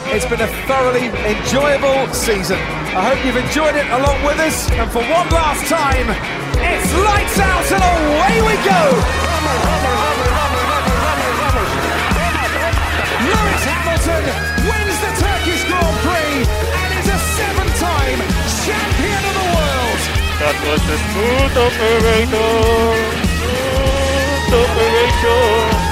It's been a thoroughly enjoyable season. I hope you've enjoyed it along with us. And for one last time, it's lights out and away we go. Lewis Hamilton wins the Turkish Grand Prix and is a 7-time champion of the world. That was a smooth operator. Smooth operator.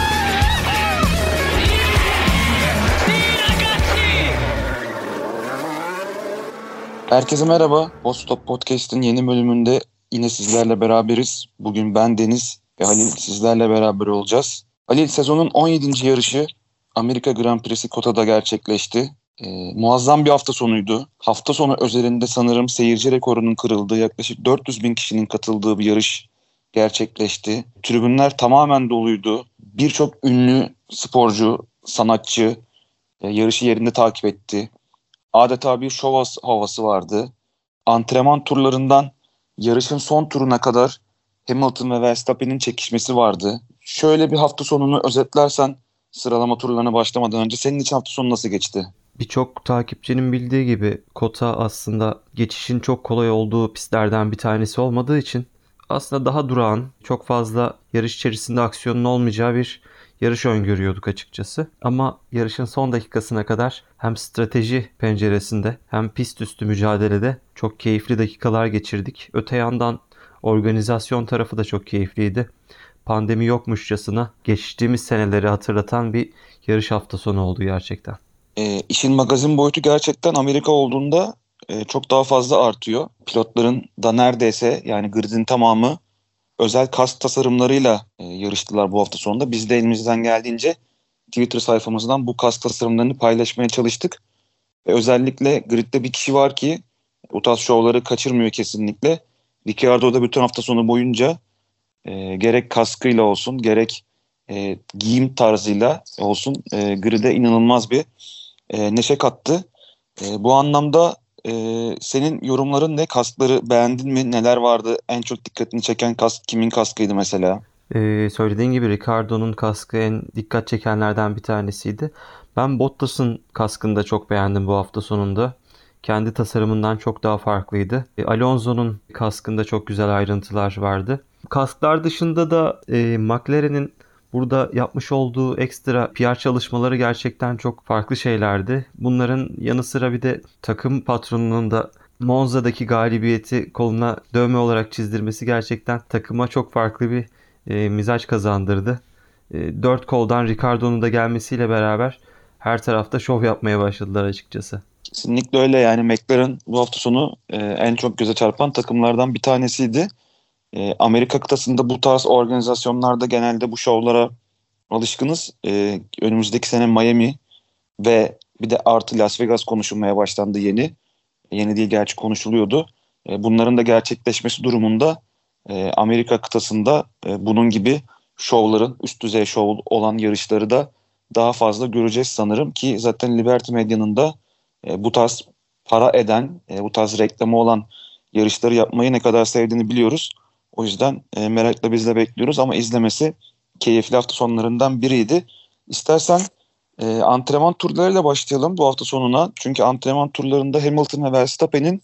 Herkese merhaba. Boss Stop Podcast'in yeni bölümünde yine sizlerle beraberiz. Bugün ben Deniz ve Halil sizlerle beraber olacağız. Halil, sezonun 17. yarışı Amerika Grand Prix'si Kota'da gerçekleşti. Muazzam bir hafta sonuydu. Hafta sonu özelinde sanırım seyirci rekorunun kırıldığı, yaklaşık 400 bin kişinin katıldığı bir yarış gerçekleşti. Tribünler tamamen doluydu. Birçok ünlü sporcu, sanatçı yarışı yerinde takip etti. Adeta bir şov havası vardı. Antrenman turlarından yarışın son turuna kadar Hamilton ve Verstappen'in çekişmesi vardı. Şöyle bir hafta sonunu özetlersen sıralama turlarına başlamadan önce senin için hafta sonu nasıl geçti? Birçok takipçinin bildiği gibi Kota aslında geçişin çok kolay olduğu pistlerden bir tanesi olmadığı için aslında daha durağan, çok fazla yarış içerisinde aksiyonun olmayacağı bir yarış öngörüyorduk açıkçası. Ama yarışın son dakikasına kadar hem strateji penceresinde hem pist üstü mücadelede çok keyifli dakikalar geçirdik. Öte yandan organizasyon tarafı da çok keyifliydi. Pandemi yokmuşçasına geçtiğimiz seneleri hatırlatan bir yarış hafta sonu oldu gerçekten. İşin magazin boyutu gerçekten Amerika olduğunda çok daha fazla artıyor. Pilotların da neredeyse, yani gridin tamamı özel kask tasarımlarıyla yarıştılar bu hafta sonunda. Biz de elimizden geldiğince Twitter sayfamızdan bu kask tasarımlarını paylaşmaya çalıştık. Özellikle gridde bir kişi var ki bu tarz şovları kaçırmıyor kesinlikle. Ricciardo da bütün hafta sonu boyunca gerek kaskıyla olsun, gerek giyim tarzıyla olsun grid'e inanılmaz bir neşe kattı. Bu anlamda senin yorumların ne? Kaskları beğendin mi? Neler vardı? En çok dikkatini çeken kask kimin kaskıydı mesela? Söylediğin gibi Ricardo'nun kaskı en dikkat çekenlerden bir tanesiydi. Ben Bottas'ın kaskını da çok beğendim bu hafta sonunda. Kendi tasarımından çok daha farklıydı. Alonso'nun kaskında çok güzel ayrıntılar vardı. Kasklar dışında da McLaren'in burada yapmış olduğu ekstra PR çalışmaları gerçekten çok farklı şeylerdi. Bunların yanı sıra bir de takım patronunun da Monza'daki galibiyeti koluna dövme olarak çizdirmesi gerçekten takıma çok farklı bir mizaç kazandırdı. Dört koldan Ricardo'nun da gelmesiyle beraber her tarafta şov yapmaya başladılar açıkçası. Kesinlikle öyle, yani McLaren bu hafta sonu en çok göze çarpan takımlardan bir tanesiydi. Amerika kıtasında bu tarz organizasyonlarda genelde bu şovlara alışkınız. Önümüzdeki sene Miami ve bir de artı Las Vegas konuşulmaya başlandı yeni. Yeni değil gerçi, konuşuluyordu. Bunların da gerçekleşmesi durumunda Amerika kıtasında bunun gibi şovların, üst düzey şov olan yarışları da daha fazla göreceğiz sanırım ki zaten Liberty Media'nın da bu tarz para eden, bu tarz reklamı olan yarışları yapmayı ne kadar sevdiğini biliyoruz. O yüzden merakla biz de bekliyoruz ama izlemesi keyifli hafta sonlarından biriydi. İstersen antrenman turlarıyla başlayalım bu hafta sonuna. Çünkü antrenman turlarında Hamilton ve Verstappen'in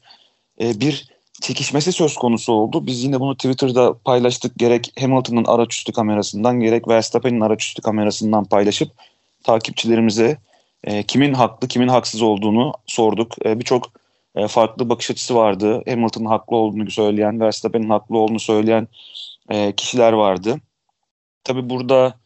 bir çekişmesi söz konusu oldu. Biz yine bunu Twitter'da paylaştık. Gerek Hamilton'ın araçüstü kamerasından gerek Verstappen'in araçüstü kamerasından paylaşıp takipçilerimize kimin haklı kimin haksız olduğunu sorduk. Birçok farklı bakış açısı vardı. Hamilton'ın haklı olduğunu söyleyen, Verstappen'in haklı olduğunu söyleyen kişiler vardı. Tabii burada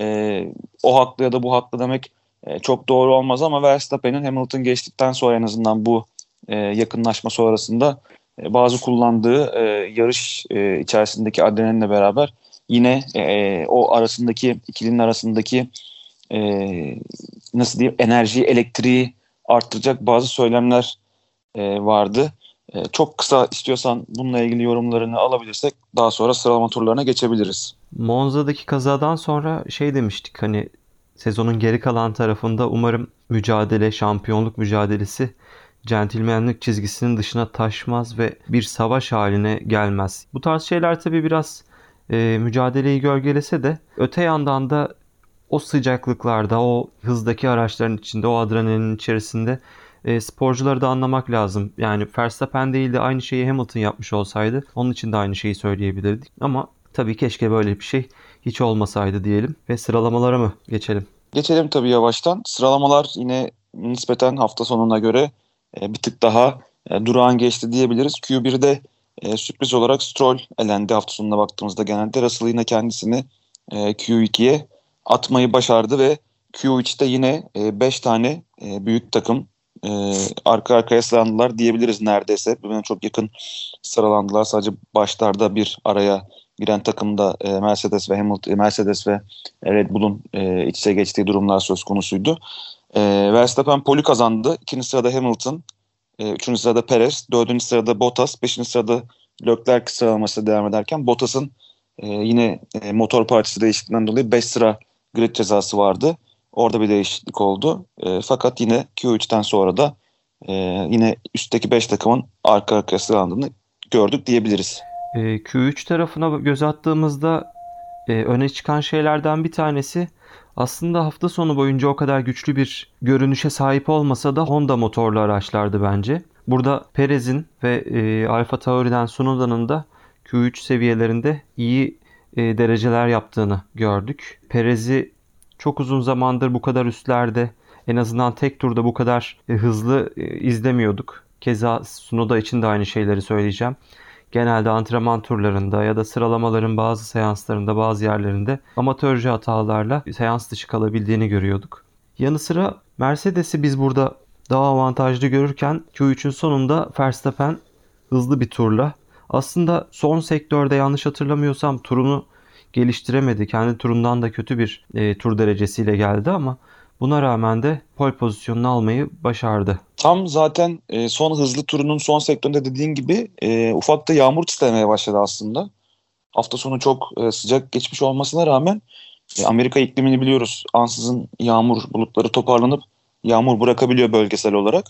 o haklı ya da bu haklı demek çok doğru olmaz ama Verstappen'in Hamilton geçtikten sonra en azından bu yakınlaşma sonrasında bazı kullandığı yarış içerisindeki adrenalinle beraber yine o arasındaki ikilinin arasındaki nasıl diyeyim, enerjiyi, elektriği arttıracak bazı söylemler vardı. Çok kısa istiyorsan bununla ilgili yorumlarını alabilirsek daha sonra sıralama turlarına geçebiliriz. Monza'daki kazadan sonra şey demiştik, hani sezonun geri kalan tarafında umarım mücadele, şampiyonluk mücadelesi centilmenlik çizgisinin dışına taşmaz ve bir savaş haline gelmez. Bu tarz şeyler tabii biraz mücadeleyi gölgelese de öte yandan da o sıcaklıklarda, o hızdaki araçların içinde, o adrenalinin içerisinde sporcuları da anlamak lazım. Yani Verstappen değil de aynı şeyi Hamilton yapmış olsaydı onun için de aynı şeyi söyleyebilirdik. Ama tabii keşke böyle bir şey hiç olmasaydı diyelim ve sıralamalara mı geçelim? Geçelim tabii yavaştan. Sıralamalar yine nispeten hafta sonuna göre bir tık daha durağan geçti diyebiliriz. Q1'de sürpriz olarak Stroll elendi hafta sonuna baktığımızda genelde. Russell yine kendisini Q2'ye atmayı başardı ve Q3'te yine 5 tane büyük takım arka arkaya sıralandılar diyebiliriz neredeyse. Birbirine çok yakın sıralandılar. Sadece başlarda bir araya giren takımda Mercedes ve Mercedes ve Red Bull'un iç içe geçtiği durumlar söz konusuydu. Verstappen pole kazandı. İkinci sırada Hamilton, üçüncü sırada Perez, dördüncü sırada Bottas, beşinci sırada Leclerc sıralaması devam ederken Bottas'ın yine motor parçası değişikliğinden dolayı 5 sıra grid cezası vardı. Orada bir değişiklik oldu. Fakat yine Q3'ten sonra da yine üstteki 5 takımın arka arkaya sıralandığını gördük diyebiliriz. Q3 tarafına göz attığımızda öne çıkan şeylerden bir tanesi aslında hafta sonu boyunca o kadar güçlü bir görünüşe sahip olmasa da Honda motorlu araçlardı bence. Burada Perez'in ve AlphaTauri'den Tsunoda'nın da Q3 seviyelerinde iyi dereceler yaptığını gördük. Perez'i çok uzun zamandır bu kadar üstlerde, en azından tek turda bu kadar hızlı izlemiyorduk. Keza Tsunoda için de aynı şeyleri söyleyeceğim. Genelde antrenman turlarında ya da sıralamaların bazı seanslarında, bazı yerlerinde amatörce hatalarla seans dışı kalabildiğini görüyorduk. Yanı sıra Mercedes'i biz burada daha avantajlı görürken Q3'ün sonunda Verstappen hızlı bir turla, aslında son sektörde yanlış hatırlamıyorsam turunu geliştiremedi. Kendi turundan da kötü bir tur derecesiyle geldi ama buna rağmen de pole pozisyonunu almayı başardı. Tam zaten son hızlı turunun son sektöründe dediğin gibi ufak da yağmur çislemeye başladı aslında. Hafta sonu çok sıcak geçmiş olmasına rağmen Amerika iklimini biliyoruz. Ansızın yağmur bulutları toparlanıp yağmur bırakabiliyor bölgesel olarak.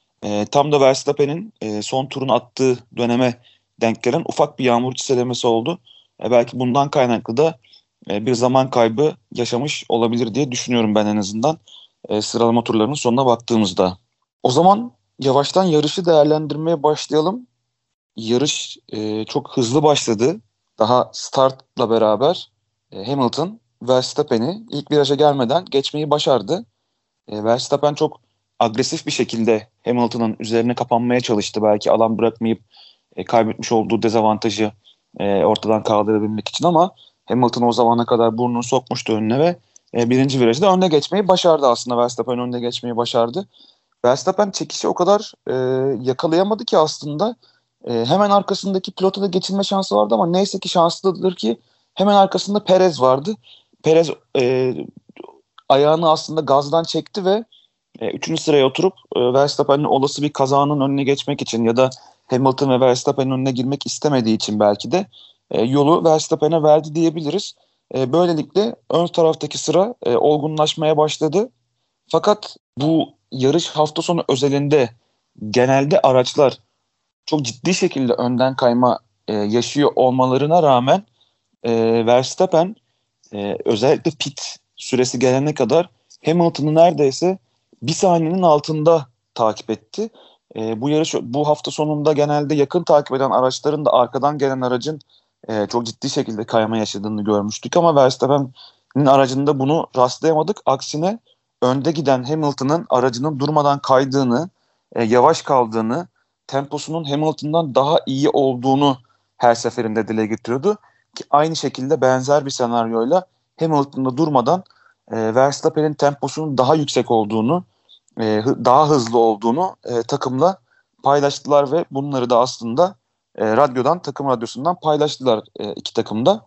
Tam da Verstappen'in son turun attığı döneme denk gelen ufak bir yağmur çiselemesi oldu. Belki bundan kaynaklı da bir zaman kaybı yaşamış olabilir diye düşünüyorum ben en azından sıralama turlarının sonuna baktığımızda. O zaman yavaştan yarışı değerlendirmeye başlayalım. Yarış çok hızlı başladı. Daha startla beraber Hamilton Verstappen'i ilk viraja gelmeden geçmeyi başardı. Verstappen çok agresif bir şekilde Hamilton'ın üzerine kapanmaya çalıştı. Belki alan bırakmayıp kaybetmiş olduğu dezavantajı ortadan kaldırabilmek için ama Hamilton o zamana kadar burnunu sokmuştu önüne ve birinci virajda önüne geçmeyi başardı aslında. Verstappen önüne geçmeyi başardı. Verstappen çekişi o kadar yakalayamadı ki aslında hemen arkasındaki pilota da geçilme şansı vardı ama neyse ki şanslıdır ki hemen arkasında Perez vardı. Perez ayağını aslında gazdan çekti ve üçüncü sıraya oturup Verstappen'in olası bir kazanın önüne geçmek için ya da Hamilton ve Verstappen'in önüne girmek istemediği için belki de yolu Verstappen'e verdi diyebiliriz. Böylelikle ön taraftaki sıra olgunlaşmaya başladı. Fakat bu yarış hafta sonu özelinde genelde araçlar çok ciddi şekilde önden kayma yaşıyor olmalarına rağmen Verstappen özellikle pit süresi gelene kadar Hamilton'ı neredeyse bir saniyenin altında takip etti. Bu yarış bu hafta sonunda genelde yakın takip eden araçların da arkadan gelen aracın çok ciddi şekilde kayma yaşadığını görmüştük ama Verstappen'in aracında bunu rastlayamadık. Aksine önde giden Hamilton'ın aracının durmadan kaydığını, yavaş kaldığını, temposunun Hamilton'dan daha iyi olduğunu her seferinde dile getiriyordu. Ki aynı şekilde benzer bir senaryoyla Hamilton'da durmadan Verstappen'in temposunun daha yüksek olduğunu, daha hızlı olduğunu takımla paylaştılar ve bunları da aslında takım radyosundan paylaştılar iki takımda.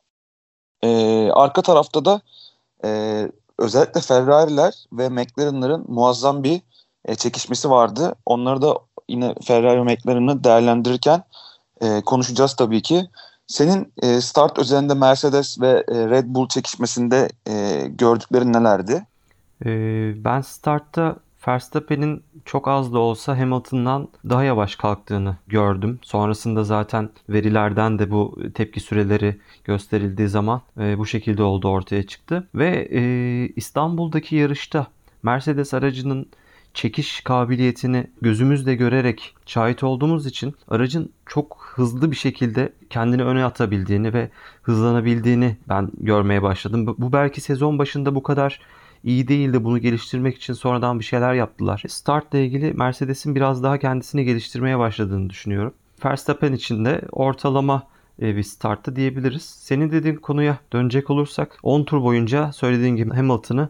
Arka tarafta da özellikle Ferrari'ler ve McLaren'ların muazzam bir çekişmesi vardı. Onları da yine Ferrari ve McLaren'ı değerlendirirken konuşacağız tabii ki. Senin start özelinde Mercedes ve Red Bull çekişmesinde gördüklerin nelerdi? Ben startta Verstappen'in çok az da olsa Hamilton'dan daha yavaş kalktığını gördüm. Sonrasında zaten verilerden de bu tepki süreleri gösterildiği zaman bu şekilde olduğu ortaya çıktı. Ve İstanbul'daki yarışta Mercedes aracının çekiş kabiliyetini gözümüzle görerek şahit olduğumuz için aracın çok hızlı bir şekilde kendini öne atabildiğini ve hızlanabildiğini ben görmeye başladım. Bu belki sezon başında bu kadar iyi değildi. Bunu geliştirmek için sonradan bir şeyler yaptılar. Startla ilgili Mercedes'in biraz daha kendisini geliştirmeye başladığını düşünüyorum. Verstappen için de ortalama bir starttı diyebiliriz. Senin dediğin konuya dönecek olursak 10 tur boyunca söylediğin gibi Hamilton'ı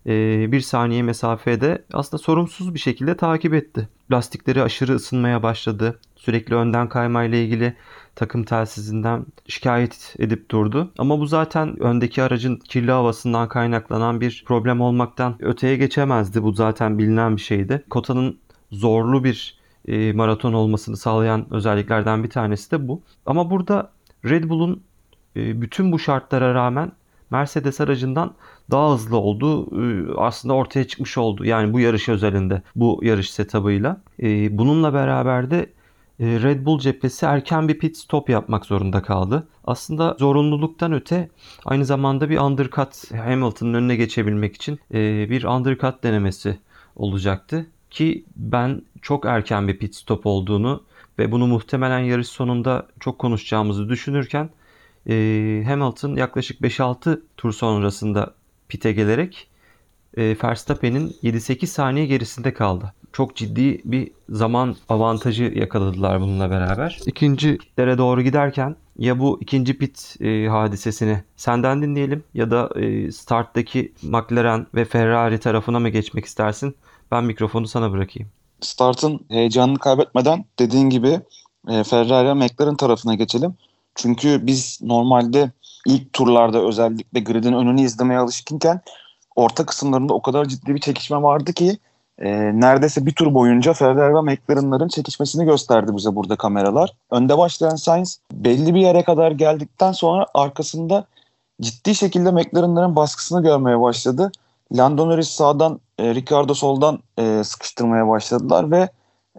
1 saniye mesafede aslında sorumsuz bir şekilde takip etti. Lastikleri aşırı ısınmaya başladı. Sürekli önden kaymayla ilgili takım telsizinden şikayet edip durdu. Ama bu zaten öndeki aracın kirli havasından kaynaklanan bir problem olmaktan öteye geçemezdi. Bu zaten bilinen bir şeydi. Kota'nın zorlu bir maraton olmasını sağlayan özelliklerden bir tanesi de bu. Ama burada Red Bull'un bütün bu şartlara rağmen Mercedes aracından daha hızlı olduğu aslında ortaya çıkmış oldu. Yani bu yarış özelinde, bu yarış setup'ıyla. Bununla beraber de Red Bull cephesi erken bir pit stop yapmak zorunda kaldı. Aslında zorunluluktan öte aynı zamanda bir undercut, Hamilton'ın önüne geçebilmek için bir undercut denemesi olacaktı. Ki ben çok erken bir pit stop olduğunu ve bunu muhtemelen yarış sonunda çok konuşacağımızı düşünürken Hamilton yaklaşık 5-6 tur sonrasında pit'e gelerek Verstappen'in 7-8 saniye gerisinde kaldı. Çok ciddi bir zaman avantajı yakaladılar bununla beraber. İkinci pitlere doğru giderken ya bu ikinci pit hadisesini senden dinleyelim ya da starttaki McLaren ve Ferrari tarafına mı geçmek istersin? Ben mikrofonu sana bırakayım. Startın heyecanını kaybetmeden dediğin gibi Ferrari ve McLaren tarafına geçelim. Çünkü biz normalde ilk turlarda özellikle gridin önünü izlemeye alışkınken orta kısımlarında o kadar ciddi bir çekişme vardı ki neredeyse bir tur boyunca Ferrari ve McLaren'ların çekişmesini gösterdi bize burada kameralar. Önde başlayan Sainz belli bir yere kadar geldikten sonra arkasında ciddi şekilde McLaren'ların baskısını görmeye başladı. Lando Norris sağdan, Ricciardo soldan sıkıştırmaya başladılar ve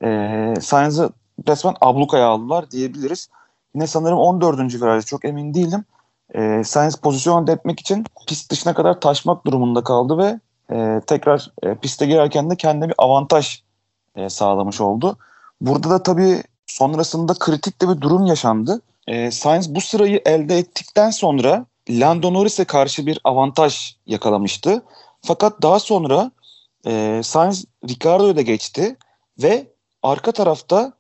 Sainz'ı resmen ablukaya aldılar diyebiliriz. Yine sanırım 14. virajda, çok emin değilim. Sainz pozisyon elde etmek için pist dışına kadar taşmak durumunda kaldı ve tekrar piste girerken de kendine bir avantaj sağlamış oldu. Burada da tabii sonrasında kritik de bir durum yaşandı. Sainz bu sırayı elde ettikten sonra Lando Norris'e karşı bir avantaj yakalamıştı. Fakat daha sonra Sainz Ricciardo'yu da geçti ve arka tarafta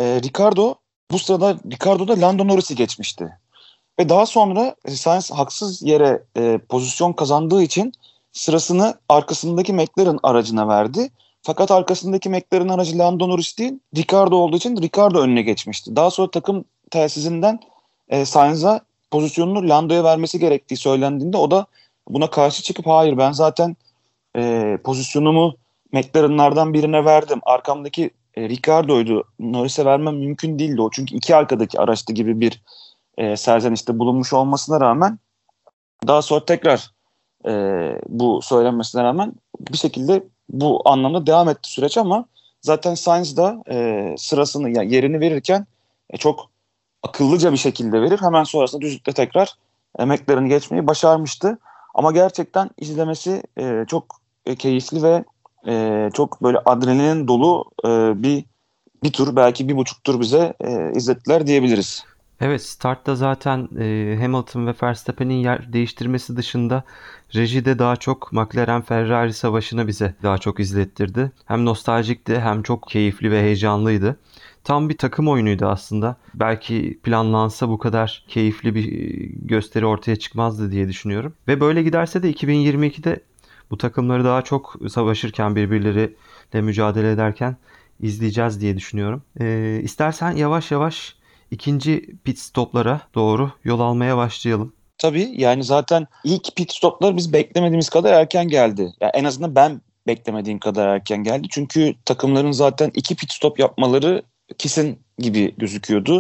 bu sırada Ricciardo da Lando Norris'i geçmişti. Ve daha sonra Sainz haksız yere pozisyon kazandığı için sırasını arkasındaki McLaren aracına verdi. Fakat arkasındaki McLaren aracı Lando Norris değil, Ricciardo olduğu için Ricciardo önüne geçmişti. Daha sonra takım telsizinden Sainz'a pozisyonunu Lando'ya vermesi gerektiği söylendiğinde o da buna karşı çıkıp hayır ben zaten pozisyonumu McLaren'lardan birine verdim. Arkamdaki Ricciardo'ydu. Norris'e vermem mümkün değildi o. Çünkü iki arkadaki araçtı gibi bir serzenişte bulunmuş olmasına rağmen daha sonra tekrar bu söylenmesine rağmen bir şekilde bu anlamda devam etti süreç ama zaten Sainz da sırasını yani yerini verirken çok akıllıca bir şekilde verir. Hemen sonrasında düzlükte tekrar McLaren'ı geçmeyi başarmıştı. Ama gerçekten izlemesi çok keyifli ve çok böyle adrenalin dolu bir tur belki 1,5 tur bize izlettiler diyebiliriz. Evet, startta zaten Hamilton ve Verstappen'in yer değiştirmesi dışında rejide daha çok McLaren-Ferrari savaşını bize daha çok izlettirdi. Hem nostaljikti hem çok keyifli ve heyecanlıydı. Tam bir takım oyunuydu aslında. Belki planlansa bu kadar keyifli bir gösteri ortaya çıkmazdı diye düşünüyorum. Ve böyle giderse de 2022'de bu takımları daha çok savaşırken birbirleriyle mücadele ederken izleyeceğiz diye düşünüyorum. İstersen yavaş yavaş İkinci pit stoplara doğru yol almaya başlayalım. Tabii yani zaten ilk pit stoplar biz beklemediğimiz kadar erken geldi. Yani en azından ben beklemediğim kadar erken geldi. Çünkü takımların zaten 2 pit stop yapmaları kesin gibi gözüküyordu.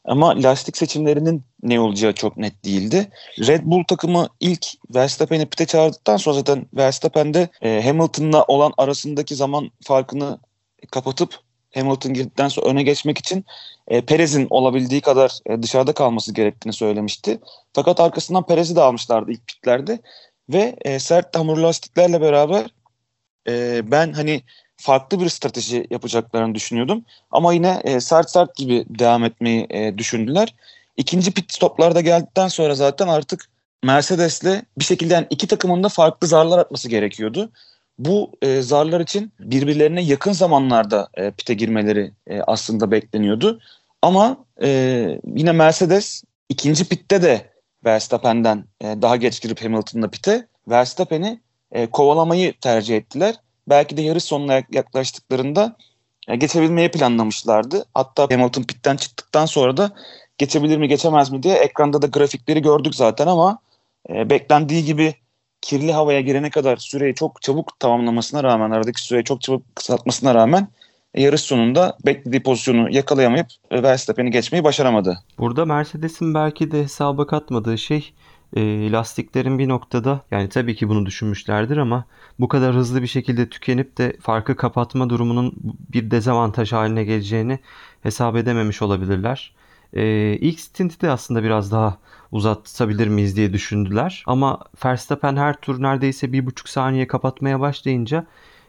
Ama lastik seçimlerinin ne olacağı çok net değildi. Red Bull takımı ilk Verstappen'i pite çağırdıktan sonra zaten Verstappen de Hamilton'la olan arasındaki zaman farkını kapatıp Hamilton girdikten sonra öne geçmek için Perez'in olabildiği kadar dışarıda kalması gerektiğini söylemişti. Fakat arkasından Perez'i de almışlardı ilk pitlerde ve sert hamur lastiklerle beraber ben hani farklı bir strateji yapacaklarını düşünüyordum. Ama yine sert gibi devam etmeyi düşündüler. İkinci pit stoplarda geldikten sonra zaten artık Mercedes'le bir şekilde yani iki takımın da farklı zarlar atması gerekiyordu. Bu zarlar için birbirlerine yakın zamanlarda pite girmeleri aslında bekleniyordu. Ama yine Mercedes ikinci pitte de Verstappen'den daha geç girip Hamilton'la pite Verstappen'i kovalamayı tercih ettiler. Belki de yarış sonuna yaklaştıklarında geçebilmeyi planlamışlardı. Hatta Hamilton pitten çıktıktan sonra da geçebilir mi geçemez mi diye ekranda da grafikleri gördük zaten ama beklendiği gibi kirli havaya girene kadar süreyi çok çabuk tamamlamasına rağmen, aradaki süreyi çok çabuk kısaltmasına rağmen yarış sonunda beklediği pozisyonu yakalayamayıp Verstappen'i geçmeyi başaramadı. Burada Mercedes'in belki de hesaba katmadığı şey lastiklerin bir noktada, yani tabii ki bunu düşünmüşlerdir ama bu kadar hızlı bir şekilde tükenip de farkı kapatma durumunun bir dezavantaj haline geleceğini hesap edememiş olabilirler. İlk stinti de aslında biraz daha uzatabilir miyiz diye düşündüler. Ama Verstappen her tur neredeyse 1,5 saniye kapatmaya başlayınca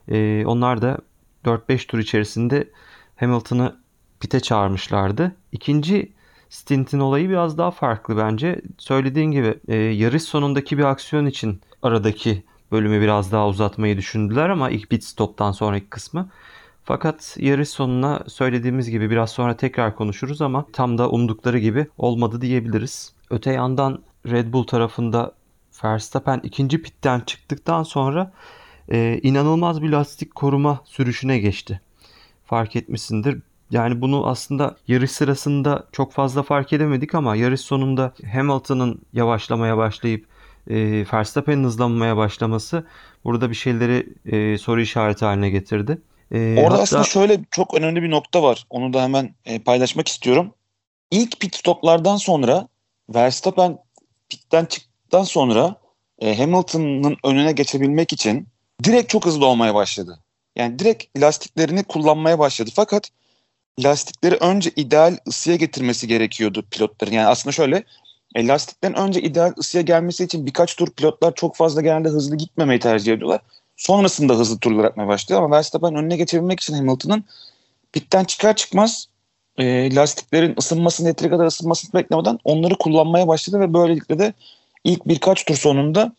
onlar da 4-5 tur içerisinde Hamilton'ı pite çağırmışlardı. İkinci stintin olayı biraz daha farklı bence. Söylediğin gibi yarış sonundaki bir aksiyon için aradaki bölümü biraz daha uzatmayı düşündüler ama ilk pit stop'tan sonraki kısmı. Fakat yarış sonuna söylediğimiz gibi biraz sonra tekrar konuşuruz ama tam da umdukları gibi olmadı diyebiliriz. Öte yandan Red Bull tarafında Verstappen ikinci pitten çıktıktan sonra inanılmaz bir lastik koruma sürüşüne geçti. Fark etmişsindir. Yani bunu aslında yarış sırasında çok fazla fark edemedik ama yarış sonunda Hamilton'ın yavaşlamaya başlayıp Verstappen'in hızlanmaya başlaması burada bir şeyleri soru işareti haline getirdi. Orada aslında şöyle çok önemli bir nokta var. Onu da hemen paylaşmak istiyorum. İlk pit stoplardan sonra Verstappen pitten çıktıktan sonra Hamilton'ın önüne geçebilmek için direkt çok hızlı olmaya başladı. Yani direkt lastiklerini kullanmaya başladı. Fakat lastikleri önce ideal ısıya getirmesi gerekiyordu pilotların. Yani aslında şöyle lastiklerin önce ideal ısıya gelmesi için birkaç tur pilotlar çok fazla genelde hızlı gitmemeyi tercih ediyorlar. Sonrasında hızlı turlar atmaya başlıyor ama Verstappen önüne geçebilmek için Hamilton'ın pitten çıkar çıkmaz lastiklerin ısınmasını, yeteri kadar ısınmasını beklemeden onları kullanmaya başladı ve böylelikle de ilk birkaç tur sonunda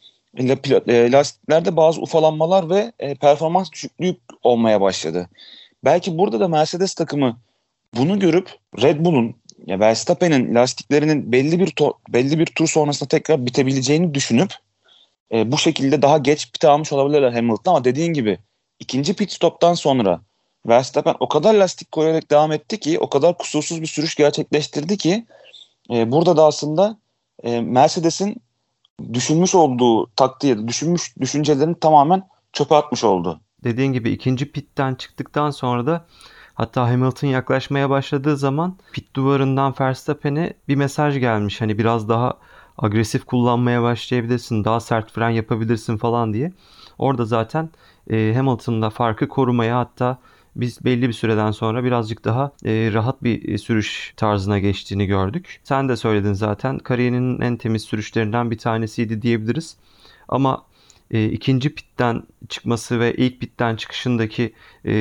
lastiklerde bazı ufalanmalar ve performans düşüklüğü olmaya başladı. Belki burada da Mercedes takımı bunu görüp Red Bull'un ya Verstappen'in lastiklerinin belli bir tur sonrasında tekrar bitebileceğini düşünüp bu şekilde daha geç pit almış olabilirler Hamilton ama dediğin gibi ikinci pit stop'tan sonra Verstappen o kadar lastik koyarak devam etti ki o kadar kusursuz bir sürüş gerçekleştirdi ki burada da aslında Mercedes'in düşünmüş olduğu taktiği, düşüncelerini tamamen çöpe atmış oldu. Dediğin gibi ikinci pitten çıktıktan sonra da hatta Hamilton yaklaşmaya başladığı zaman pit duvarından Verstappen'e bir mesaj gelmiş. Hani biraz daha agresif kullanmaya başlayabilirsin, daha sert fren yapabilirsin falan diye. Orada zaten Hamilton'la farkı korumaya, hatta biz belli bir süreden sonra birazcık daha rahat bir sürüş tarzına geçtiğini gördük. Sen de söyledin zaten, kariyerinin en temiz sürüşlerinden bir tanesiydi diyebiliriz. Ama ikinci pitten çıkması ve ilk pitten çıkışındaki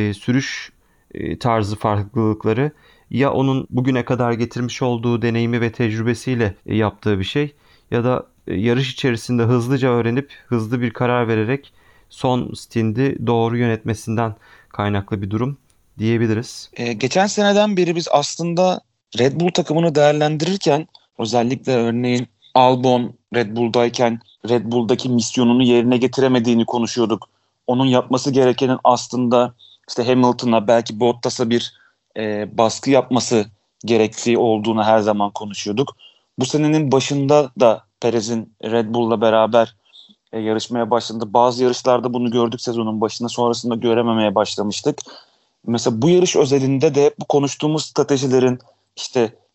sürüş tarzı farklılıkları ya onun bugüne kadar getirmiş olduğu deneyimi ve tecrübesiyle yaptığı bir şey ya da yarış içerisinde hızlıca öğrenip hızlı bir karar vererek son stint'i doğru yönetmesinden kaynaklı bir durum diyebiliriz. Geçen seneden beri biz aslında Red Bull takımını değerlendirirken özellikle örneğin Albon Red Bull'dayken Red Bull'daki misyonunu yerine getiremediğini konuşuyorduk. Onun yapması gerekenin aslında işte Hamilton'a belki Bottas'a bir baskı yapması gerektiği olduğunu her zaman konuşuyorduk. Bu senenin başında da Perez'in Red Bull'la beraber yarışmaya başladı. Bazı yarışlarda bunu gördük sezonun başında, sonrasında görememeye başlamıştık. Mesela bu yarış özelinde de bu konuştuğumuz stratejilerin işte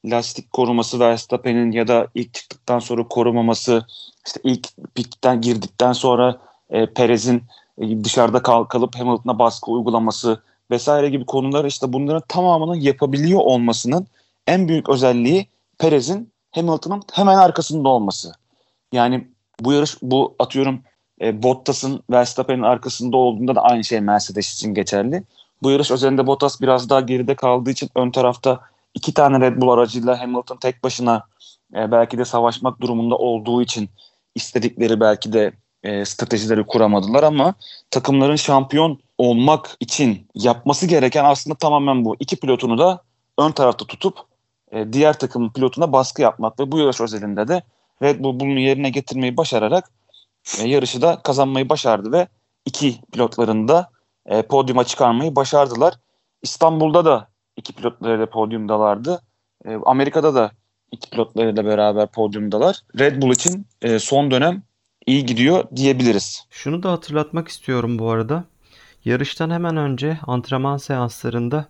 lastik koruması Verstappen'in ya da ilk çıktıktan sonra korumaması, işte ilk pitten girdikten sonra Perez'in dışarıda kalıp Hamilton'a baskı uygulaması vesaire gibi konular, işte bunların tamamını yapabiliyor olmasının en büyük özelliği Perez'in Hamilton'ın hemen arkasında olması. Yani bu yarış, bu atıyorum Bottas'ın Verstappen'in arkasında olduğunda da aynı şey Mercedes için geçerli. Bu yarış özelinde Bottas biraz daha geride kaldığı için ön tarafta iki tane Red Bull aracıyla Hamilton tek başına belki de savaşmak durumunda olduğu için istedikleri belki de stratejileri kuramadılar, ama takımların şampiyon olmak için yapması gereken aslında tamamen bu. İki pilotunu da ön tarafta tutup diğer takımın pilotuna baskı yapmak ve bu yarış özelinde de Red Bull bunu yerine getirmeyi başararak yarışı da kazanmayı başardı ve iki pilotlarını da podyuma çıkarmayı başardılar. İstanbul'da da iki pilotlarıyla podyumdalardı. Amerika'da da iki pilotlarıyla beraber podyumdalar. Red Bull için son dönem iyi gidiyor diyebiliriz. Şunu da hatırlatmak istiyorum bu arada. Yarıştan hemen önce antrenman seanslarında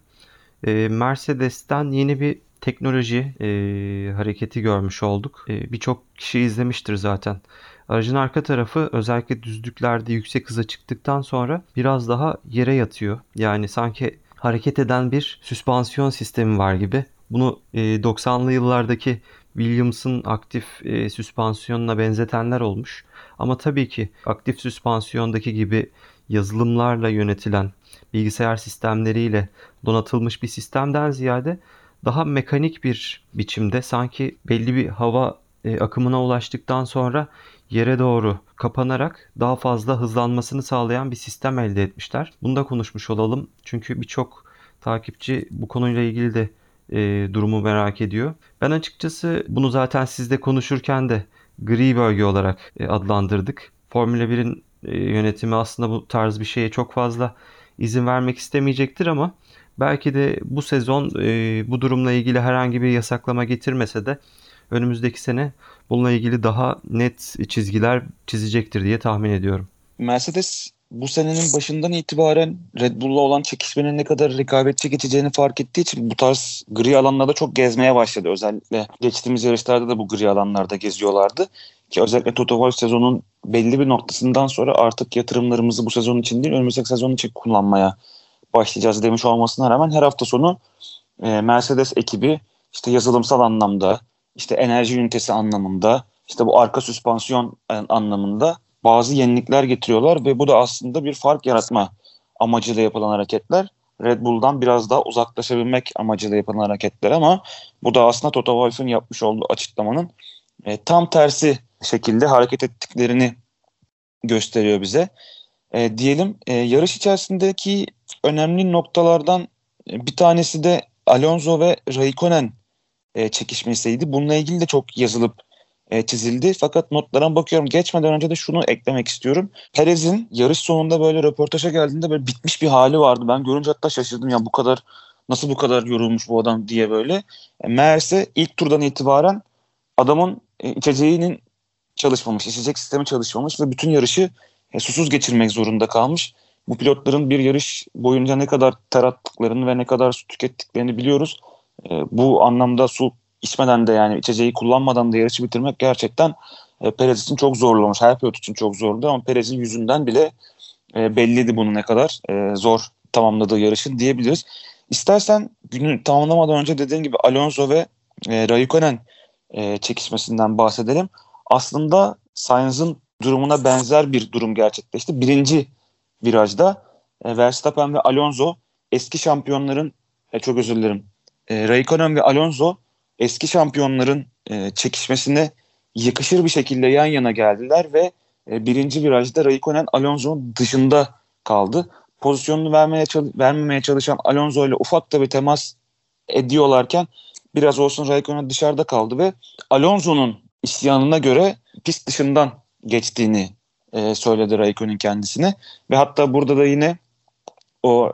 Mercedes'ten yeni bir teknoloji hareketi görmüş olduk. Birçok kişi izlemiştir zaten. Aracın arka tarafı özellikle düzlüklerde yüksek hıza çıktıktan sonra biraz daha yere yatıyor. Yani sanki hareket eden bir süspansiyon sistemi var gibi. Bunu 90'lı yıllardaki Williams'ın aktif süspansiyonuna benzetenler olmuş. Ama tabii ki aktif süspansiyondaki gibi yazılımlarla yönetilen bilgisayar sistemleriyle donatılmış bir sistemden ziyade daha mekanik bir biçimde, sanki belli bir hava akımına ulaştıktan sonra yere doğru kapanarak daha fazla hızlanmasını sağlayan bir sistem elde etmişler. Bunu da konuşmuş olalım. Çünkü birçok takipçi bu konuyla ilgili de durumu merak ediyor. Ben açıkçası bunu zaten sizle konuşurken de gri bölge olarak adlandırdık. Formula 1'in yönetimi aslında bu tarz bir şeye çok fazla izin vermek istemeyecektir, ama belki de bu sezon bu durumla ilgili herhangi bir yasaklama getirmese de önümüzdeki sene bununla ilgili daha net çizgiler çizecektir diye tahmin ediyorum. Mercedes bu senenin başından itibaren Red Bull'la olan çekişmenin ne kadar rekabetçi geçeceğini fark ettiği için bu tarz gri alanlarda çok gezmeye başladı. Özellikle geçtiğimiz yarışlarda da bu gri alanlarda geziyorlardı. Ki özellikle Toto Wolff sezonun belli bir noktasından sonra artık yatırımlarımızı bu sezon için değil önümüzdeki sezon için kullanmaya başlayacağız demiş olmasına rağmen her hafta sonu Mercedes ekibi işte yazılımsal anlamda, işte enerji ünitesi anlamında, işte bu arka süspansiyon anlamında bazı yenilikler getiriyorlar ve bu da aslında bir fark yaratma amacıyla yapılan hareketler. Red Bull'dan biraz daha uzaklaşabilmek amacıyla yapılan hareketler, ama bu da aslında Toto Wolff'un yapmış olduğu açıklamanın tam tersi şekilde hareket ettiklerini gösteriyor bize. Diyelim yarış içerisindeki önemli noktalardan bir tanesi de Alonso ve Raikkonen çekişmesiydi. Bununla ilgili de çok yazılıp çizildi. Fakat notlara bakıyorum. Geçmeden önce de şunu eklemek istiyorum. Perez'in yarış sonunda böyle röportaja geldiğinde böyle bitmiş bir hali vardı. Ben görünce hatta şaşırdım. Ya bu kadar, nasıl bu kadar yorulmuş bu adam diye böyle. Meğerse ilk turdan itibaren adamın içeceğinin çalışmamış, içecek sistemi çalışmamış ve bütün yarışı susuz geçirmek zorunda kalmış. Bu pilotların bir yarış boyunca ne kadar ter attıklarını ve ne kadar su tükettiklerini biliyoruz. Bu anlamda su içmeden de, yani içeceği kullanmadan da yarışı bitirmek gerçekten Perez için çok zorlamış. Her pilot için çok zordu, ama Perez'in yüzünden bile belliydi bunu ne kadar zor tamamladığı yarışın diyebiliriz. İstersen günü tamamlamadan önce dediğim gibi Alonso ve Raikkonen çekişmesinden bahsedelim. Aslında Sainz'ın durumuna benzer bir durum gerçekleşti. Birinci virajda Verstappen ve Alonso eski şampiyonların çok özür dilerim. Raikkonen ve Alonso eski şampiyonların çekişmesine yakışır bir şekilde yan yana geldiler ve birinci virajda Raikkonen Alonso'nun dışında kaldı. Pozisyonunu vermemeye çalışan Alonso ile ufak da bir temas ediyorlarken biraz olsun Raikkonen dışarıda kaldı ve Alonso'nun isyanına göre pist dışından geçtiğini söyledi Raikkonen kendisine. Ve hatta burada da yine o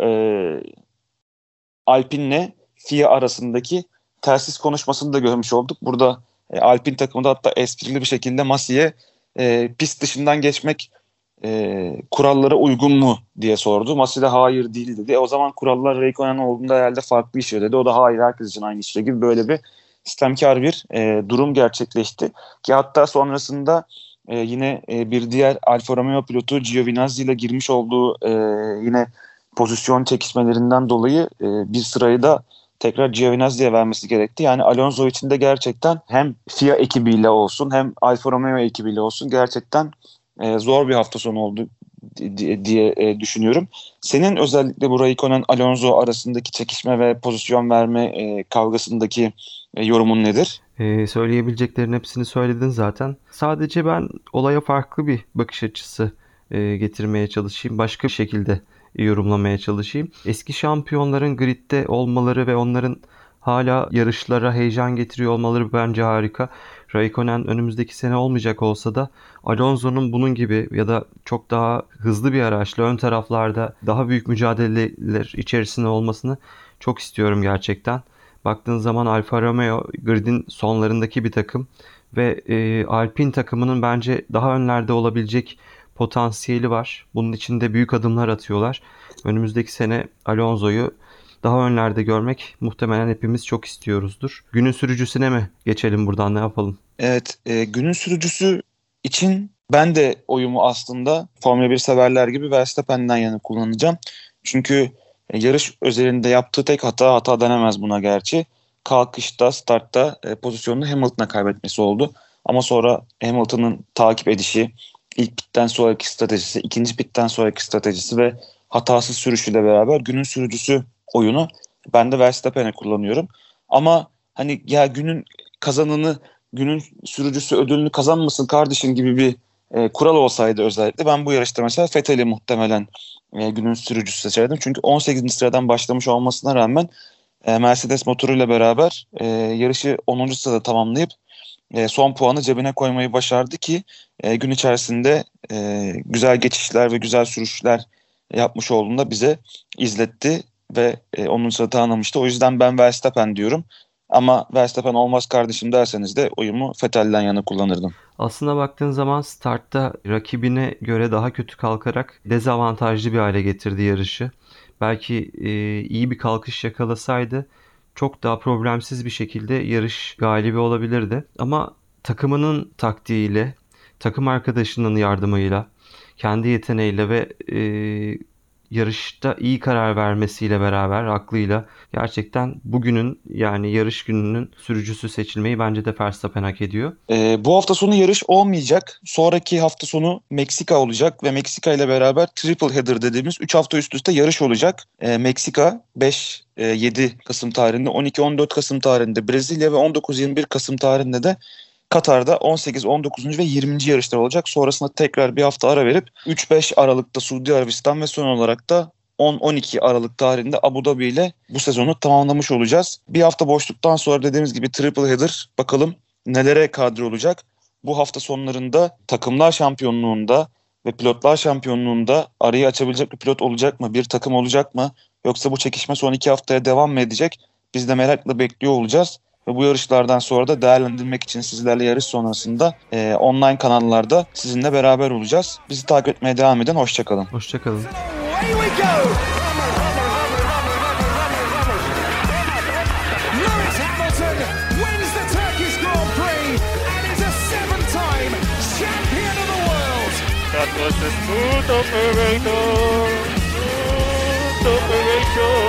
Alpine'le FIA arasındaki telsiz konuşmasını da görmüş olduk. Burada Alpine takımında hatta esprili bir şekilde Masi'ye pist dışından geçmek kurallara uygun mu diye sordu. Masi de hayır değil dedi. O zaman kurallar Raikkonen olduğunda herhalde farklı işliyor dedi. O da hayır, herkes için aynı işliyor gibi böyle bir istemkar bir durum gerçekleşti. Ki hatta sonrasında yine bir diğer Alfa Romeo pilotu Giovinazzi ile girmiş olduğu yine pozisyon çekişmelerinden dolayı bir sırayı da tekrar Giovinazzi'ye vermesi gerekti. Yani Alonso için de gerçekten hem FIA ekibiyle olsun hem Alfa Romeo ekibiyle olsun gerçekten zor bir hafta sonu oldu diye düşünüyorum. Senin özellikle bu Raikkonen-Alonso arasındaki çekişme ve pozisyon verme kavgasındaki yorumun nedir? Söyleyebileceklerin hepsini söyledin zaten. Sadece ben olaya farklı bir bakış açısı getirmeye çalışayım. Başka bir şekilde yorumlamaya çalışayım. Eski şampiyonların gridde olmaları ve onların hala yarışlara heyecan getiriyor olmaları bence harika. Raikkonen önümüzdeki sene olmayacak olsa da Alonso'nun bunun gibi ya da çok daha hızlı bir araçla ön taraflarda daha büyük mücadeleler içerisinde olmasını çok istiyorum gerçekten. Baktığın zaman Alfa Romeo gridin sonlarındaki bir takım ve Alpine takımının bence daha önlerde olabilecek potansiyeli var. Bunun için de büyük adımlar atıyorlar. Önümüzdeki sene Alonso'yu daha önlerde görmek muhtemelen hepimiz çok istiyoruzdur. Günün sürücüsüne mi geçelim buradan, ne yapalım? Evet, günün sürücüsü için ben de oyumu aslında Formula 1 severler gibi Verstappen'den yana kullanacağım. Çünkü yarış özelinde yaptığı tek hata denemez buna gerçi. Kalkışta, startta pozisyonunu Hamilton'a kaybetmesi oldu. Ama sonra Hamilton'ın takip edişi, ilk pitten sonraki stratejisi, ikinci pitten sonraki stratejisi ve hatasız sürüşüyle beraber günün sürücüsü oyunu ben de Verstappen'e kullanıyorum. Ama hani ya günün kazananı, günün sürücüsü ödülünü kazanmasın kardeşim gibi bir kural olsaydı özellikle ben bu yarışta mesela Vettel'i muhtemelen günün sürücüsü seçerdim. Çünkü 18. sıradan başlamış olmasına rağmen Mercedes motoruyla beraber yarışı 10. sırada tamamlayıp son puanı cebine koymayı başardı ki gün içerisinde güzel geçişler ve güzel sürüşler yapmış olduğunda bize izletti ve 10. sırada tamamlamıştı. O yüzden ben Verstappen diyorum. Ama Verstappen olmaz kardeşim derseniz de oyumu Vettel'den yana kullanırdım. Aslına baktığın zaman startta rakibine göre daha kötü kalkarak dezavantajlı bir hale getirdi yarışı. Belki iyi bir kalkış yakalasaydı çok daha problemsiz bir şekilde yarış galibi olabilirdi. Ama takımının taktiğiyle, takım arkadaşının yardımıyla, kendi yeteneğiyle ve yarışta iyi karar vermesiyle beraber, aklıyla gerçekten bugünün, yani yarış gününün sürücüsü seçilmeyi bence de Verstappen hak ediyor. Bu hafta sonu yarış olmayacak. Sonraki hafta sonu Meksika olacak ve Meksika ile beraber triple header dediğimiz 3 hafta üst üste yarış olacak. Meksika 5-7 Kasım tarihinde, 12-14 Kasım tarihinde Brezilya ve 19-21 Kasım tarihinde de Katar'da 18, 19. ve 20. yarışlar olacak. Sonrasında tekrar bir hafta ara verip 3-5 Aralık'ta Suudi Arabistan ve son olarak da 10-12 Aralık tarihinde Abu Dhabi ile bu sezonu tamamlamış olacağız. Bir hafta boşluktan sonra dediğimiz gibi triple header, bakalım nelere kadro olacak. Bu hafta sonlarında takımlar şampiyonluğunda ve pilotlar şampiyonluğunda arayı açabilecek bir pilot olacak mı? Bir takım olacak mı? Yoksa bu çekişme son 2 haftaya devam mı edecek? Biz de merakla bekliyor olacağız. Ve bu yarışlardan sonra da değerlendirmek için sizlerle yarış sonrasında online kanallarda sizinle beraber olacağız. Bizi takip etmeye devam edin. Hoşçakalın. Hoşçakalın. That was the smooth operator.